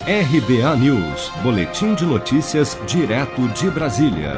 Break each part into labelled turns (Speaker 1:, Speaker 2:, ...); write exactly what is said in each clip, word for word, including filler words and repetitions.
Speaker 1: R B A News, boletim de notícias direto de Brasília.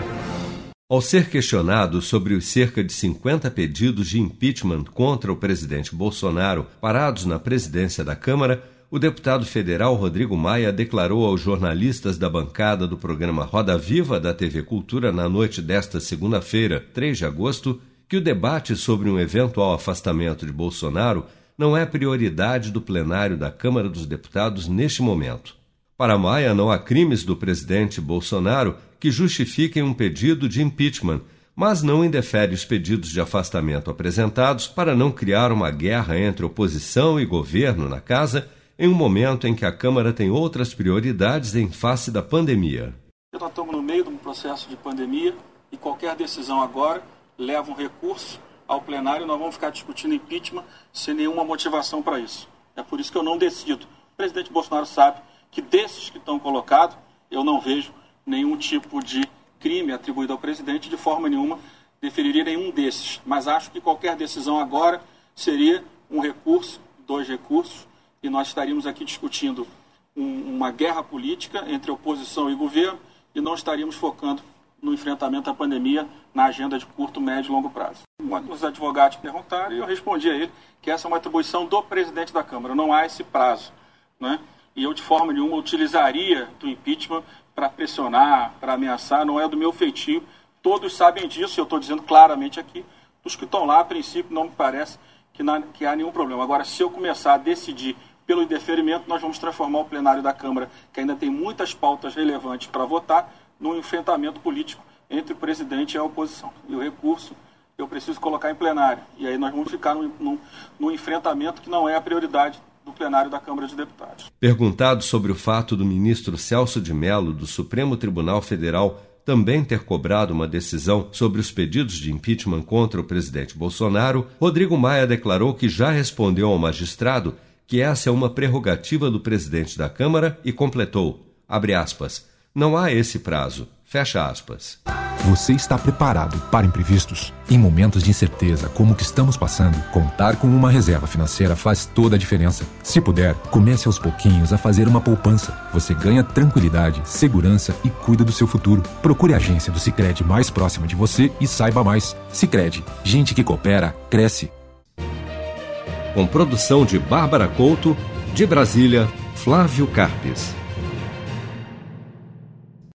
Speaker 1: Ao ser questionado sobre os cerca de cinquenta pedidos de impeachment contra o presidente Bolsonaro parados na presidência da Câmara, o deputado federal Rodrigo Maia declarou aos jornalistas da bancada do programa Roda Viva da T V Cultura na noite desta segunda-feira, três de agosto, que o debate sobre um eventual afastamento de Bolsonaro não é prioridade do plenário da Câmara dos Deputados neste momento. Para Maia, não há crimes do presidente Bolsonaro que justifiquem um pedido de impeachment, mas não indefere os pedidos de afastamento apresentados para não criar uma guerra entre oposição e governo na casa em um momento em que a Câmara tem outras prioridades em face da pandemia.
Speaker 2: Nós estamos no meio de um processo de pandemia e qualquer decisão agora leva um recurso ao plenário e nós vamos ficar discutindo impeachment sem nenhuma motivação para isso. É por isso que eu não decido. O presidente Bolsonaro sabe que desses que estão colocados, eu não vejo nenhum tipo de crime atribuído ao presidente, de forma nenhuma deferiria nenhum desses. Mas acho que qualquer decisão agora seria um recurso, dois recursos, e nós estaríamos aqui discutindo um, uma guerra política entre oposição e governo e não estaríamos focando no enfrentamento à pandemia na agenda de curto, médio e longo prazo. Os advogados perguntaram e eu respondi a ele que essa é uma atribuição do presidente da Câmara, não há esse prazo, né? E eu de forma nenhuma utilizaria do impeachment para pressionar, para ameaçar, não é do meu feitio. Todos sabem disso, eu estou dizendo claramente aqui. Os que estão lá, a princípio, não me parece que, não, que há nenhum problema. Agora, se eu começar a decidir pelo indeferimento, nós vamos transformar o plenário da Câmara, que ainda tem muitas pautas relevantes para votar, num enfrentamento político entre o presidente e a oposição. E o recurso eu preciso colocar em plenário. E aí nós vamos ficar num, num, num enfrentamento que não é a prioridade do plenário da Câmara de Deputados.
Speaker 1: Perguntado sobre o fato do ministro Celso de Mello, do Supremo Tribunal Federal, também ter cobrado uma decisão sobre os pedidos de impeachment contra o presidente Bolsonaro, Rodrigo Maia declarou que já respondeu ao magistrado que essa é uma prerrogativa do presidente da Câmara e completou, abre aspas, não há esse prazo, fecha aspas.
Speaker 3: Você está preparado para imprevistos? Em momentos de incerteza como o que estamos passando, contar com uma reserva financeira faz toda a diferença. Se puder, comece aos pouquinhos a fazer uma poupança. Você ganha tranquilidade, segurança e cuida do seu futuro. Procure a agência do Sicredi mais próxima de você e saiba mais. Sicredi, gente que coopera, cresce.
Speaker 1: Com produção de Bárbara Couto, de Brasília, Flávio Carpes.